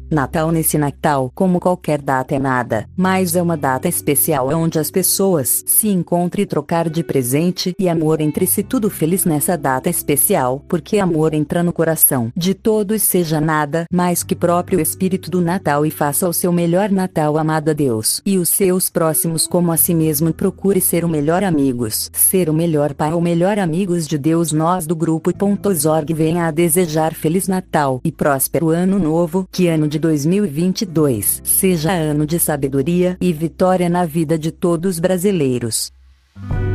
Natal. Nesse Natal, como qualquer data, é nada, mas é uma data especial onde as pessoas se encontram e trocar de presente e amor entre si. Tudo feliz nessa data especial, porque amor entra no coração de todos. Seja nada mais que próprio espírito do Natal e faça o seu melhor Natal amado a Deus e os seus próximos como a si mesmo. Procure ser o melhor amigos, ser o melhor pai ou melhor amigos de Deus. Nós do Grupo.org venha a desejar Feliz Natal e próspero Ano Novo. Que ano de 2022 seja ano de sabedoria e vitória na vida de todos os brasileiros.